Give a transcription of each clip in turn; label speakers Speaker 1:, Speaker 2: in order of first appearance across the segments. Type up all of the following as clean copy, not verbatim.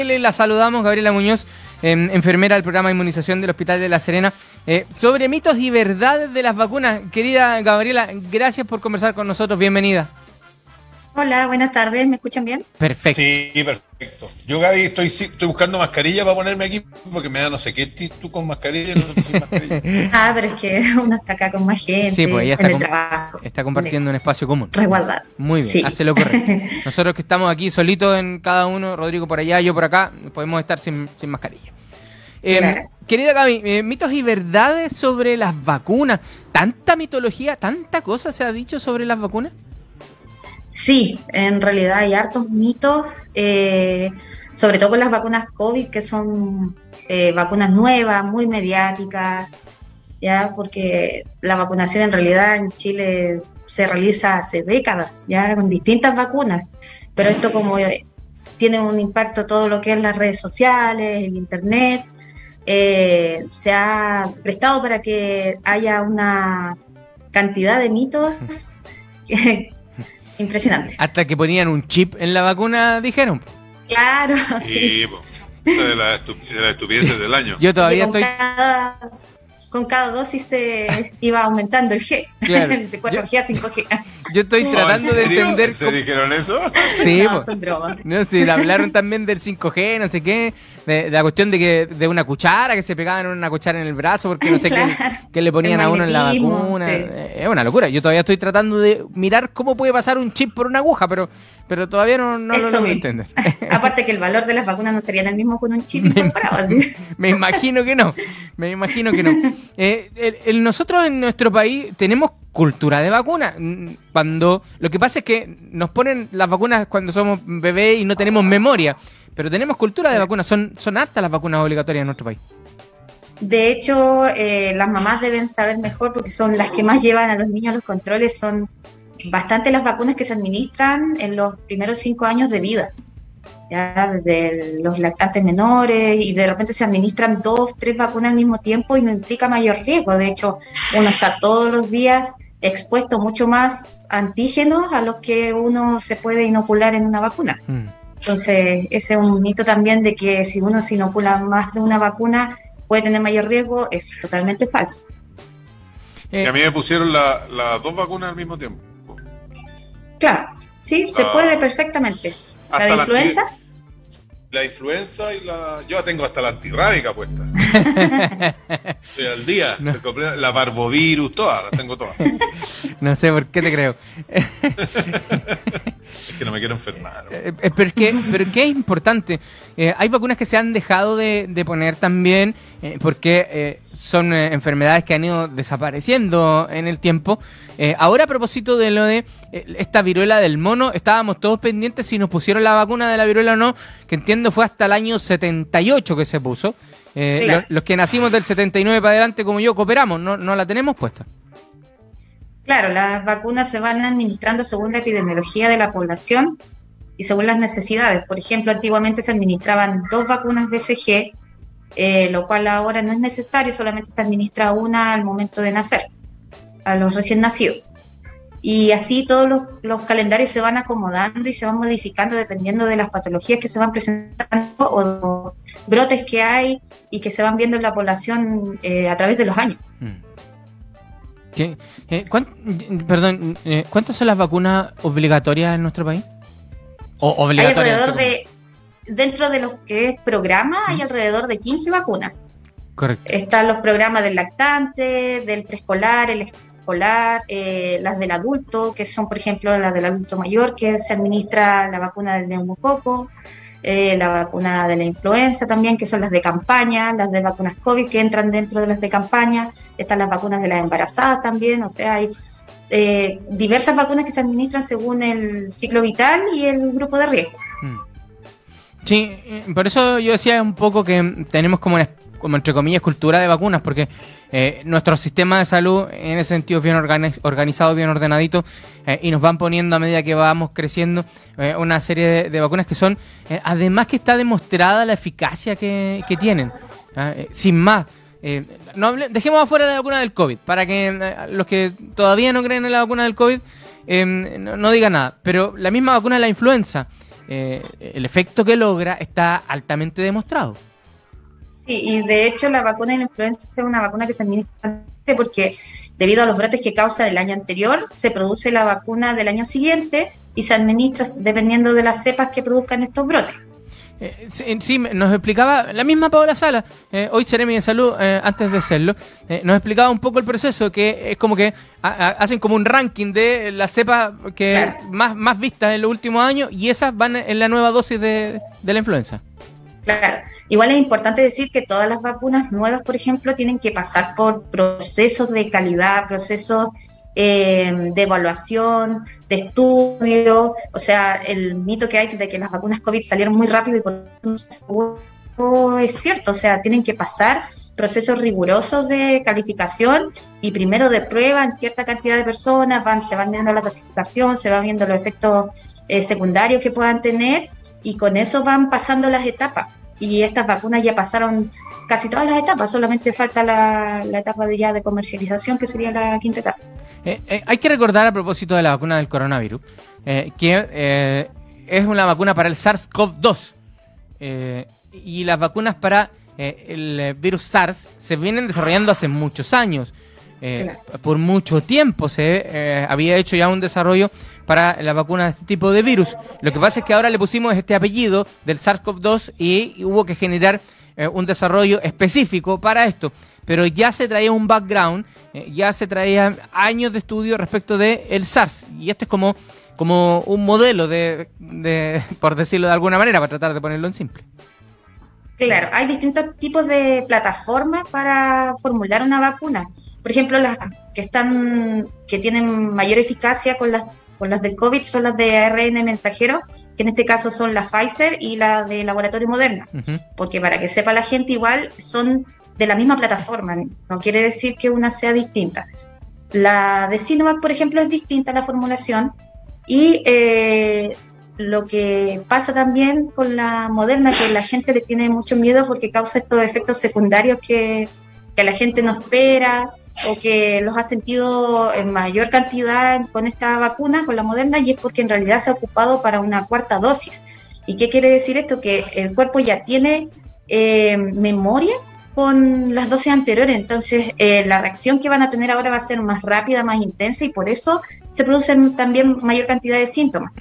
Speaker 1: La saludamos, Gabriela Muñoz, enfermera del programa de inmunización del Hospital de La Serena, sobre mitos y verdades de las vacunas. Querida Gabriela, gracias por conversar con nosotros, bienvenida.
Speaker 2: Hola, buenas tardes, ¿me escuchan bien?
Speaker 1: Perfecto.
Speaker 3: Sí, perfecto. Yo, Gaby, estoy buscando mascarilla para ponerme aquí porque me da no sé qué, tú con mascarilla y nosotros sin mascarilla.
Speaker 2: Pero es que uno está acá con más gente,
Speaker 1: Sí, pues ella
Speaker 2: en el trabajo.
Speaker 1: está compartiendo un espacio común.
Speaker 2: Resguardado.
Speaker 1: Muy bien,
Speaker 2: sí.
Speaker 1: hace lo correcto. Nosotros que estamos aquí solitos en cada uno, Rodrigo por allá, yo por acá, podemos estar sin mascarilla.
Speaker 2: Claro.
Speaker 1: Querida Gaby, mitos y verdades sobre las vacunas. ¿Tanta mitología, tanta cosa se ha dicho sobre las vacunas?
Speaker 2: Sí, en realidad hay hartos mitos, sobre todo con las vacunas COVID, que son vacunas nuevas, muy mediáticas, ya porque la vacunación en realidad en Chile se realiza hace décadas, ya con distintas vacunas, pero esto como tiene un impacto todo lo que es las redes sociales, el internet, se ha prestado para que haya una cantidad de mitos impresionante.
Speaker 1: Hasta que ponían un chip en la vacuna, dijeron.
Speaker 2: Claro,
Speaker 3: sí.
Speaker 2: sí.
Speaker 3: Esa de las estupideces del año.
Speaker 1: Yo todavía
Speaker 2: con cada dosis se iba aumentando el G,
Speaker 1: claro.
Speaker 2: De 4G a 5G.
Speaker 1: Yo estoy tratando de entender.
Speaker 3: ¿Se dijeron eso?
Speaker 1: Sí,
Speaker 2: No, son bromas.
Speaker 1: No, sí, hablaron también del 5G, no sé qué, de la cuestión de una cuchara, que se pegaban una cuchara en el brazo, porque no sé
Speaker 2: Claro.
Speaker 1: qué le ponían a uno en la
Speaker 2: magnetismo,
Speaker 1: vacuna.
Speaker 2: sí.
Speaker 1: Es una locura. Yo todavía estoy tratando de mirar cómo puede pasar un chip por una aguja, pero todavía no lo logro entender.
Speaker 2: Aparte que el valor de las vacunas no sería el mismo con un chip incorporado. ¿Sí?
Speaker 1: Me imagino que no. Nosotros en nuestro país tenemos cultura de vacuna. Cuando lo que pasa es que nos ponen las vacunas cuando somos bebés y no tenemos memoria, pero tenemos cultura de vacunas. Son hartas las vacunas obligatorias en nuestro país.
Speaker 2: De hecho, las mamás deben saber mejor porque son las que más llevan a los niños a los controles. Son bastante las vacunas que se administran en los primeros 5 años de vida, ya desde los lactantes menores, y de repente se administran 2, 3 vacunas al mismo tiempo y no implica mayor riesgo. De hecho, uno está todos los días expuesto mucho más antígenos a los que uno se puede inocular en una vacuna. Entonces, ese es un mito también de que si uno se inocula más de una vacuna puede tener mayor riesgo, es totalmente falso.
Speaker 3: Y a mí me pusieron las 2 vacunas al mismo tiempo.
Speaker 2: Claro, sí, se puede perfectamente. ¿La de influenza?
Speaker 3: La influenza y yo la tengo hasta la antirrábica puesta. Estoy al día.
Speaker 1: No.
Speaker 3: La parvovirus, todas, las tengo todas.
Speaker 1: No sé por qué te creo.
Speaker 3: Es que no me quiero enfermar.
Speaker 1: Pero es que es importante. Hay vacunas que se han dejado de poner también porque son enfermedades que han ido desapareciendo en el tiempo. Ahora, a propósito de lo de esta viruela del mono, estábamos todos pendientes si nos pusieron la vacuna de la viruela o no, que entiendo fue hasta el año 78 que se puso.
Speaker 2: Claro.
Speaker 1: Los que nacimos del 79 para adelante, como yo, cooperamos, no la tenemos puesta.
Speaker 2: Claro, las vacunas se van administrando según la epidemiología de la población y según las necesidades. Por ejemplo, antiguamente se administraban 2 vacunas BCG, lo cual ahora no es necesario, solamente se administra una al momento de nacer, a los recién nacidos. Y así todos los calendarios se van acomodando y se van modificando dependiendo de las patologías que se van presentando o los brotes que hay y que se van viendo en la población a través de los años.
Speaker 1: ¿Cuántas son las vacunas obligatorias en nuestro país?
Speaker 2: Hay alrededor dentro de los que es programa, hay alrededor de 15 vacunas.
Speaker 1: Correcto.
Speaker 2: Están los programas del lactante, del preescolar, el escolar, las del adulto, que son, por ejemplo, las del adulto mayor, que se administra la vacuna del neumococo, la vacuna de la influenza también, que son las de campaña, las de vacunas COVID que entran dentro de las de campaña, están las vacunas de las embarazadas también, o sea, hay diversas vacunas que se administran según el ciclo vital y el grupo de riesgo.
Speaker 1: Sí, por eso yo decía un poco que tenemos como entre comillas cultura de vacunas, porque nuestro sistema de salud en ese sentido es bien organizado, bien ordenadito, y nos van poniendo a medida que vamos creciendo una serie de vacunas que son, además que está demostrada la eficacia que tienen, sin más. Dejemos afuera la vacuna del COVID, para que los que todavía no creen en la vacuna del COVID no digan nada, pero la misma vacuna de la influenza el efecto que logra está altamente demostrado.
Speaker 2: Sí, y de hecho la vacuna de la influenza es una vacuna que se administra porque debido a los brotes que causa el año anterior, se produce la vacuna del año siguiente y se administra dependiendo de las cepas que produzcan estos brotes.
Speaker 1: Sí, nos explicaba la misma Paola Sala, hoy Seremi de Salud, antes de hacerlo, nos explicaba un poco el proceso, que es como que hacen como un ranking de las cepas que más vistas en los últimos años y esas van en la nueva dosis de la influenza.
Speaker 2: Claro, igual es importante decir que todas las vacunas nuevas, por ejemplo, tienen que pasar por procesos de calidad, procesos de evaluación, de estudio. O sea, el mito que hay de que las vacunas COVID salieron muy rápido y por eso no es cierto. O sea, tienen que pasar procesos rigurosos de calificación y primero de prueba en cierta cantidad de personas, se van viendo la clasificación, se van viendo los efectos secundarios que puedan tener, y con eso van pasando las etapas. Y estas vacunas ya pasaron casi todas las etapas, solamente falta la etapa de comercialización, que sería la quinta etapa.
Speaker 1: Hay que recordar, a propósito de la vacuna del coronavirus, que es una vacuna para el SARS-CoV-2, y las vacunas para el virus SARS se vienen desarrollando hace muchos años. Claro. Por mucho tiempo se había hecho ya un desarrollo para la vacuna de este tipo de virus. Lo que pasa es que ahora le pusimos este apellido del SARS-CoV-2 y hubo que generar un desarrollo específico para esto. Pero ya se traía un background, ya se traía años de estudio respecto de el SARS. Y este es como un modelo de por decirlo de alguna manera, para tratar de ponerlo en simple.
Speaker 2: Claro, hay distintos tipos de plataformas para formular una vacuna. Por ejemplo, las que tienen mayor eficacia con las del COVID son las de ARN mensajero, que en este caso son la Pfizer y la de Laboratorio Moderna. Uh-huh. Porque para que sepa la gente, igual son de la misma plataforma, no quiere decir que una sea distinta. La de Sinovac, por ejemplo, es distinta a la formulación, y lo que pasa también con la Moderna, que la gente le tiene mucho miedo porque causa estos efectos secundarios que la gente no espera, o que los ha sentido en mayor cantidad con esta vacuna, con la Moderna, y es porque en realidad se ha ocupado para una cuarta dosis. ¿Y qué quiere decir esto? Que el cuerpo ya tiene memoria con las dosis anteriores, entonces la reacción que van a tener ahora va a ser más rápida, más intensa, y por eso se producen también mayor cantidad de síntomas.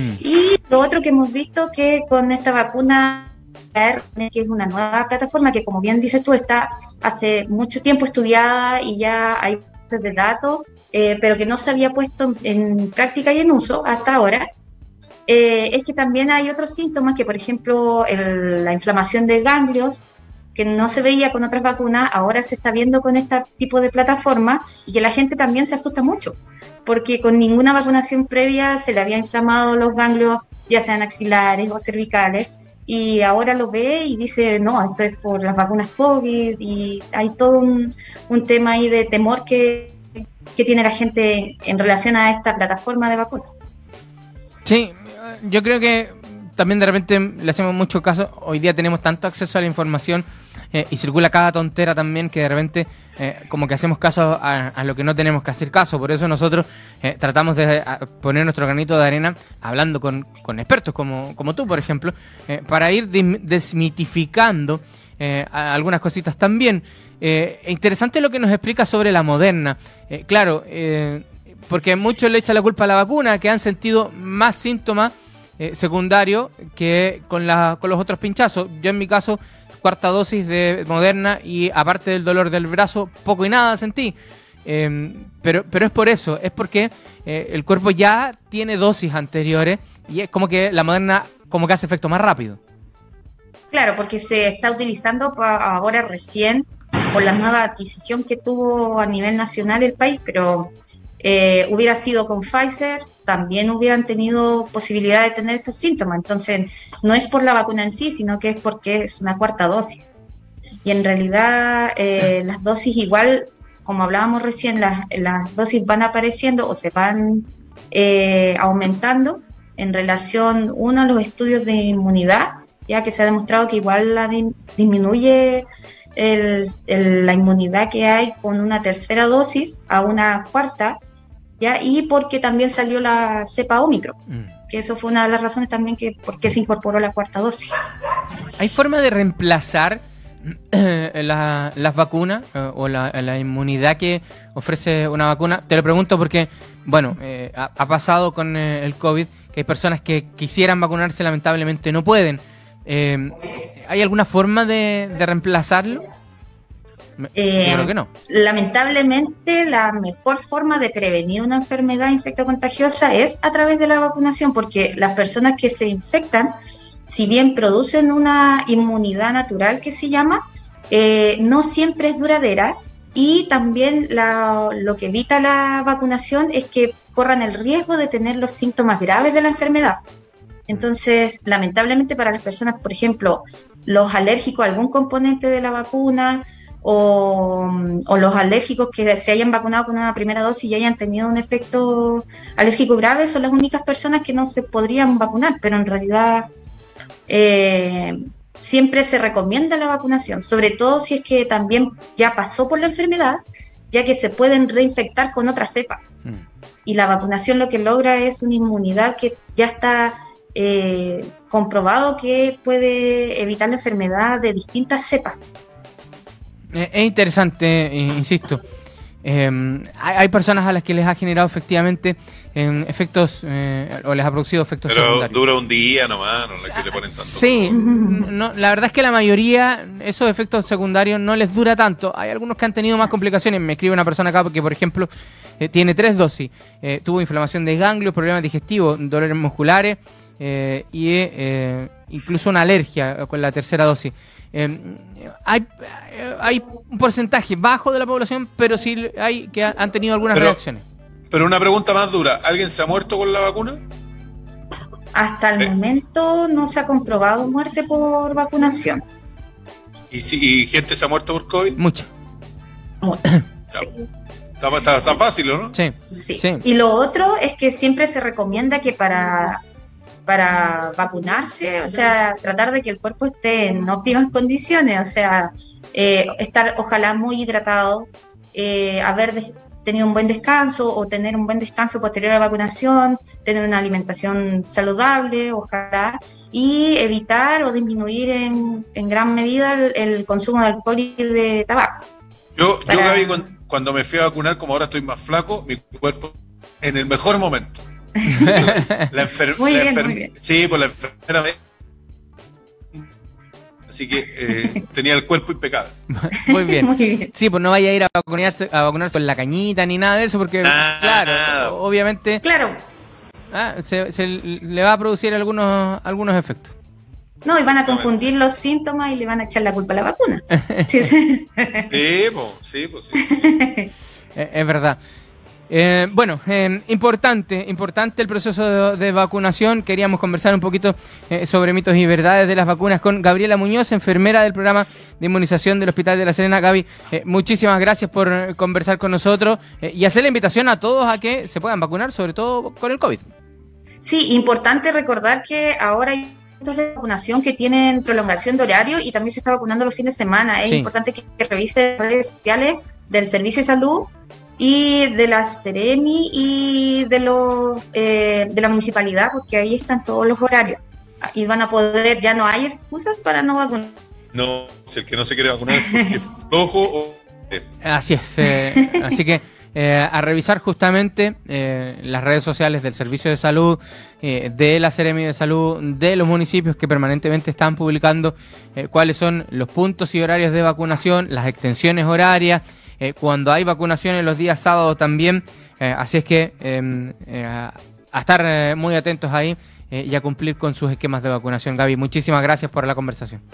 Speaker 2: Y lo otro que hemos visto, que con esta vacuna, que es una nueva plataforma que, como bien dices tú, está hace mucho tiempo estudiada y ya hay bases de datos, pero que no se había puesto en práctica y en uso hasta ahora, es que también hay otros síntomas que, por ejemplo, la inflamación de ganglios, que no se veía con otras vacunas, ahora se está viendo con este tipo de plataforma, y que la gente también se asusta mucho, porque con ninguna vacunación previa se le había inflamado los ganglios, ya sean axilares o cervicales, y ahora lo ve y dice, no, esto es por las vacunas COVID, y hay todo un tema ahí de temor que tiene la gente en relación a esta plataforma de vacunas.
Speaker 1: Sí, yo creo que también de repente le hacemos mucho caso. Hoy día tenemos tanto acceso a la información y circula cada tontera también, que de repente como que hacemos caso a lo que no tenemos que hacer caso. Por eso nosotros tratamos de poner nuestro granito de arena hablando con expertos como tú, por ejemplo, para ir desmitificando algunas cositas también. Interesante lo que nos explica sobre la Moderna. Claro, porque muchos le echan la culpa a la vacuna, que han sentido más síntomas secundario que con los otros pinchazos. Yo en mi caso, cuarta dosis de Moderna, y aparte del dolor del brazo, poco y nada sentí. Pero es por eso, es porque el cuerpo ya tiene dosis anteriores, y es como que la Moderna como que hace efecto más rápido.
Speaker 2: Claro, porque se está utilizando ahora recién por la nueva adquisición que tuvo a nivel nacional el país, pero hubiera sido con Pfizer, también hubieran tenido posibilidad de tener estos síntomas. Entonces, no es por la vacuna en sí, sino que es porque es una cuarta dosis. Y en realidad, las dosis igual, como hablábamos recién, las dosis van apareciendo o se van aumentando en relación, uno, a los estudios de inmunidad, ya que se ha demostrado que igual disminuye la inmunidad que hay con una tercera dosis a una cuarta. ¿ya? Y porque también salió la cepa Omicron, que eso fue una de las razones también por qué se incorporó la cuarta dosis.
Speaker 1: ¿Hay forma de reemplazar las vacunas o la inmunidad que ofrece una vacuna? Te lo pregunto porque, bueno, ha pasado con el COVID que hay personas que quisieran vacunarse, lamentablemente no pueden. ¿Hay alguna forma de reemplazarlo? Yo creo que no.
Speaker 2: Lamentablemente, la mejor forma de prevenir una enfermedad infectocontagiosa es a través de la vacunación, porque las personas que se infectan, si bien producen una inmunidad natural que se llama, no siempre es duradera, y también lo que evita la vacunación es que corran el riesgo de tener los síntomas graves de la enfermedad. Entonces, lamentablemente para las personas, por ejemplo, los alérgicos a algún componente de la vacuna, o los alérgicos que se hayan vacunado con una primera dosis y hayan tenido un efecto alérgico grave, son las únicas personas que no se podrían vacunar, pero en realidad siempre se recomienda la vacunación, sobre todo si es que también ya pasó por la enfermedad, ya que se pueden reinfectar con otra cepa. Y la vacunación lo que logra es una inmunidad que ya está comprobado que puede evitar la enfermedad de distintas cepas.
Speaker 1: Es interesante, insisto. Hay personas a las que les ha generado efectivamente efectos o les ha producido efectos secundarios.
Speaker 3: Pero dura un día nomás, no le ponen tanto.
Speaker 1: Sí, no, la verdad es que la mayoría, esos efectos secundarios no les dura tanto. Hay algunos que han tenido más complicaciones. Me escribe una persona acá que, por ejemplo, tiene 3 dosis. Tuvo inflamación de ganglios, problemas digestivos, dolores musculares y incluso una alergia con la tercera dosis. Hay un porcentaje bajo de la población, pero sí hay que han tenido algunas reacciones.
Speaker 3: Pero una pregunta más dura, ¿alguien se ha muerto con la vacuna?
Speaker 2: Hasta el momento no se ha comprobado muerte por vacunación.
Speaker 3: ¿Y gente se ha muerto por COVID?
Speaker 1: Mucha.
Speaker 2: Sí.
Speaker 3: Está fácil, ¿no?
Speaker 1: Sí.
Speaker 2: Y lo otro es que siempre se recomienda que para vacunarse, o sea, tratar de que el cuerpo esté en óptimas condiciones, o sea, estar ojalá muy hidratado, haber tenido un buen descanso o tener un buen descanso posterior a la vacunación, tener una alimentación saludable, ojalá, y evitar o disminuir en gran medida el consumo de alcohol y de tabaco.
Speaker 3: Yo Gaby, cuando me fui a vacunar, como ahora estoy más flaco, mi cuerpo en el mejor momento. Muy bien. Sí, pues la enfermera así que tenía el cuerpo impecable.
Speaker 1: Muy bien. Sí, pues no vaya a ir a vacunarse con la cañita ni nada de eso, porque claro, obviamente se le va a producir algunos efectos.
Speaker 2: No, y van a confundir los síntomas y le van a echar la culpa a la vacuna. Sí.
Speaker 1: Es verdad. Bueno, importante el proceso de vacunación. Queríamos conversar un poquito sobre mitos y verdades de las vacunas con Gabriela Muñoz, enfermera del programa de inmunización del Hospital de La Serena. Gaby, muchísimas gracias por conversar con nosotros y hacer la invitación a todos a que se puedan vacunar, sobre todo con el COVID. Sí, importante recordar que ahora hay puntos de vacunación que tienen prolongación de horario y también se está vacunando los fines de semana. Es importante que revise las redes sociales del Servicio de Salud y de la Seremi y de la municipalidad, porque ahí están todos los horarios y van a poder, ya no hay excusas para no vacunar.
Speaker 3: No, si el que no se quiere vacunar es porque es flojo o...
Speaker 1: Así es, así que a revisar justamente las redes sociales del Servicio de Salud, de la Seremi de Salud, de los municipios que permanentemente están publicando cuáles son los puntos y horarios de vacunación, las extensiones horarias, cuando hay vacunaciones los días sábados también, así es que a estar muy atentos ahí y a cumplir con sus esquemas de vacunación. Gaby, muchísimas gracias por la conversación.